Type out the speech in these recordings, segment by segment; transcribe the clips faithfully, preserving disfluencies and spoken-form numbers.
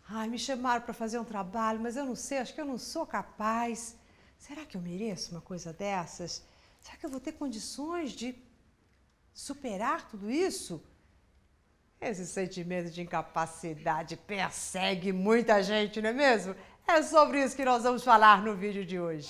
Ai, me chamaram para fazer um trabalho, mas eu não sei, acho que eu não sou capaz. Será que eu mereço uma coisa dessas? Será que eu vou ter condições de superar tudo isso? Esse sentimento de incapacidade persegue muita gente, não é mesmo? É sobre isso que nós vamos falar no vídeo de hoje.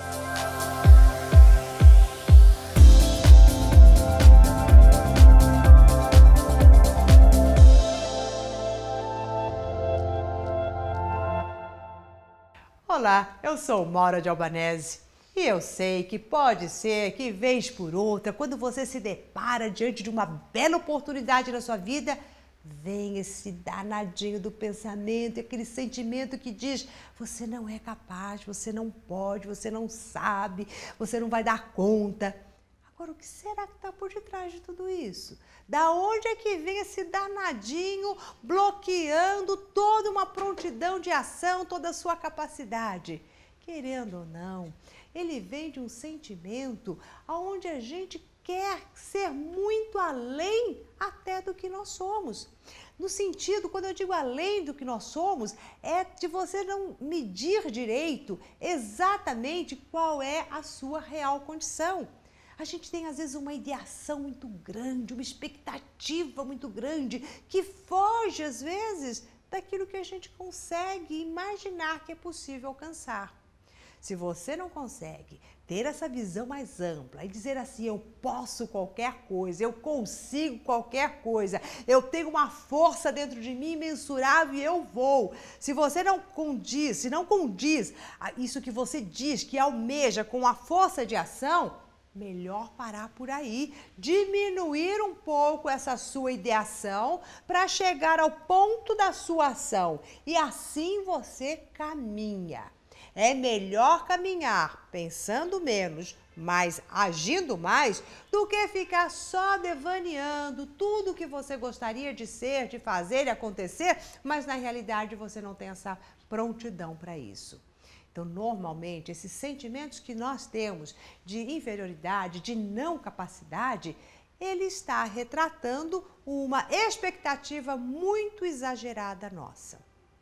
Olá, eu sou Maura de Albanese e eu sei que pode ser que vez por outra, quando você se depara diante de uma bela oportunidade na sua vida, vem esse danadinho do pensamento, aquele sentimento que diz: você não é capaz, você não pode, você não sabe, você não vai dar conta. Agora, o que será que está por detrás de tudo isso? Da onde é que vem esse danadinho bloqueando toda uma prontidão de ação, toda a sua capacidade? Querendo ou não, ele vem de um sentimento onde a gente quer ser muito além até do que nós somos. No sentido, quando eu digo além do que nós somos, é de você não medir direito exatamente qual é a sua real condição. A gente tem, às vezes, uma ideação muito grande, uma expectativa muito grande, que foge, às vezes, daquilo que a gente consegue imaginar que é possível alcançar. Se você não consegue ter essa visão mais ampla e dizer assim: eu posso qualquer coisa, eu consigo qualquer coisa, eu tenho uma força dentro de mim imensurável e eu vou. Se você não condiz, se não condiz isso que você diz, que almeja com a força de ação, melhor parar por aí, diminuir um pouco essa sua ideação para chegar ao ponto da sua ação e assim você caminha. É melhor caminhar pensando menos, mas agindo mais, do que ficar só devaneando tudo o que você gostaria de ser, de fazer e acontecer, mas na realidade você não tem essa prontidão para isso. Então, normalmente, esses sentimentos que nós temos de inferioridade, de não capacidade, ele está retratando uma expectativa muito exagerada nossa.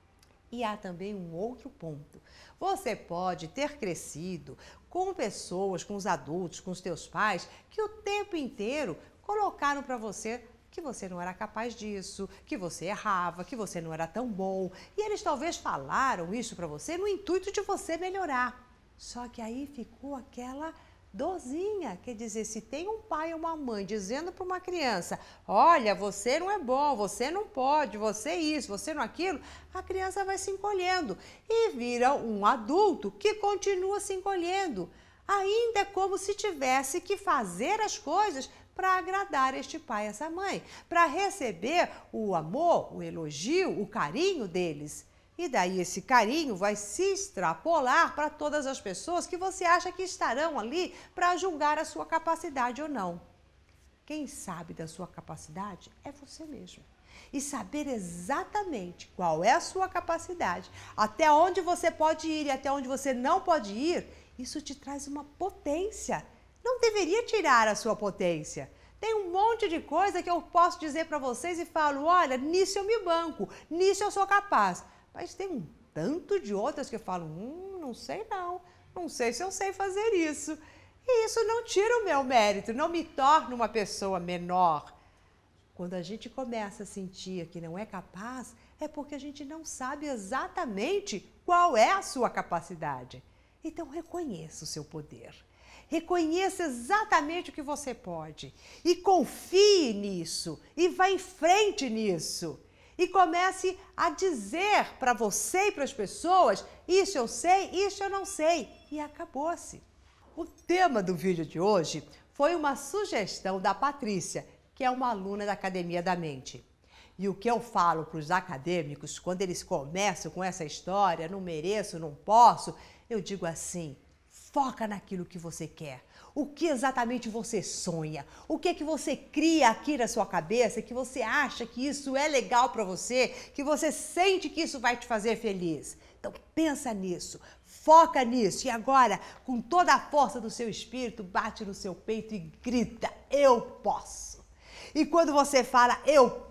E há também um outro ponto. Você pode ter crescido com pessoas, com os adultos, com os teus pais, que o tempo inteiro colocaram para você que você não era capaz disso, que você errava, que você não era tão bom. E eles talvez falaram isso para você no intuito de você melhorar. Só que aí ficou aquela dorzinha, quer dizer, se tem um pai ou uma mãe dizendo para uma criança: olha, você não é bom, você não pode, você isso, você não aquilo, a criança vai se encolhendo e vira um adulto que continua se encolhendo. Ainda é como se tivesse que fazer as coisas para agradar este pai e essa mãe, para receber o amor, o elogio, o carinho deles. E daí esse carinho vai se extrapolar para todas as pessoas que você acha que estarão ali para julgar a sua capacidade ou não. Quem sabe da sua capacidade é você mesmo. E saber exatamente qual é a sua capacidade, até onde você pode ir e até onde você não pode ir, isso te traz uma potência. Não deveria tirar a sua potência. Tem um monte de coisa que eu posso dizer para vocês e falo: olha, nisso eu me banco, nisso eu sou capaz. Mas tem um tanto de outras que eu falo: hum, não sei não, não sei se eu sei fazer isso. E isso não tira o meu mérito, não me torna uma pessoa menor. Quando a gente começa a sentir que não é capaz, é porque a gente não sabe exatamente qual é a sua capacidade. Então reconheça o seu poder. Reconheça exatamente o que você pode e confie nisso e vá em frente nisso. E comece a dizer para você e para as pessoas: isso eu sei, isso eu não sei. E acabou-se. O tema do vídeo de hoje foi uma sugestão da Patrícia, que é uma aluna da Academia da Mente. E o que eu falo para os acadêmicos, quando eles começam com essa história, não mereço, não posso, eu digo assim: foca naquilo que você quer. O que exatamente você sonha? O que é que você cria aqui na sua cabeça, que você acha que isso é legal para você, que você sente que isso vai te fazer feliz? Então pensa nisso, foca nisso e agora, com toda a força do seu espírito, bate no seu peito e grita: eu posso! E quando você fala eu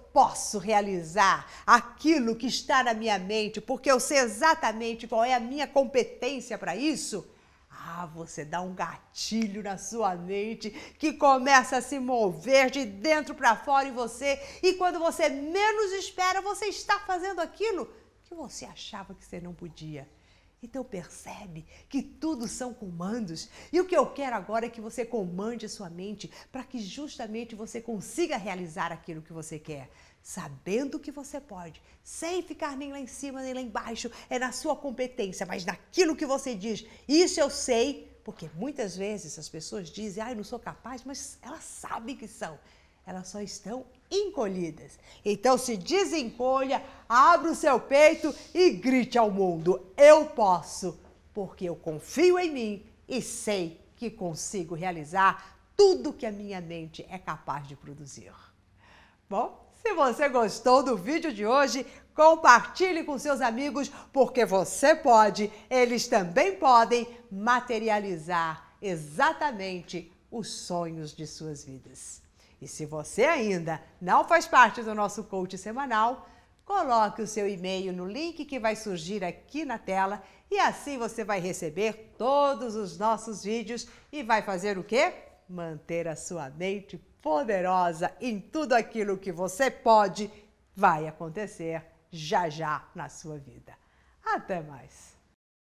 posso realizar aquilo que está na minha mente, porque eu sei exatamente qual é a minha competência para isso. Ah, você dá um gatilho na sua mente que começa a se mover de dentro para fora em você, e quando você menos espera, você está fazendo aquilo que você achava que você não podia. Então percebe que tudo são comandos, e o que eu quero agora é que você comande a sua mente para que justamente você consiga realizar aquilo que você quer, sabendo que você pode, sem ficar nem lá em cima nem lá embaixo, é na sua competência, mas naquilo que você diz, isso eu sei, porque muitas vezes as pessoas dizem, ah, eu não sou capaz, mas elas sabem que são. Elas só estão encolhidas. Então se desencolha, abra o seu peito e grite ao mundo, eu posso, porque eu confio em mim e sei que consigo realizar tudo que a minha mente é capaz de produzir. Bom, se você gostou do vídeo de hoje, compartilhe com seus amigos, porque você pode, eles também podem materializar exatamente os sonhos de suas vidas. E se você ainda não faz parte do nosso coach semanal, coloque o seu e-mail no link que vai surgir aqui na tela e assim você vai receber todos os nossos vídeos e vai fazer o quê? Manter a sua mente poderosa em tudo aquilo que você pode, vai acontecer já já na sua vida. Até mais!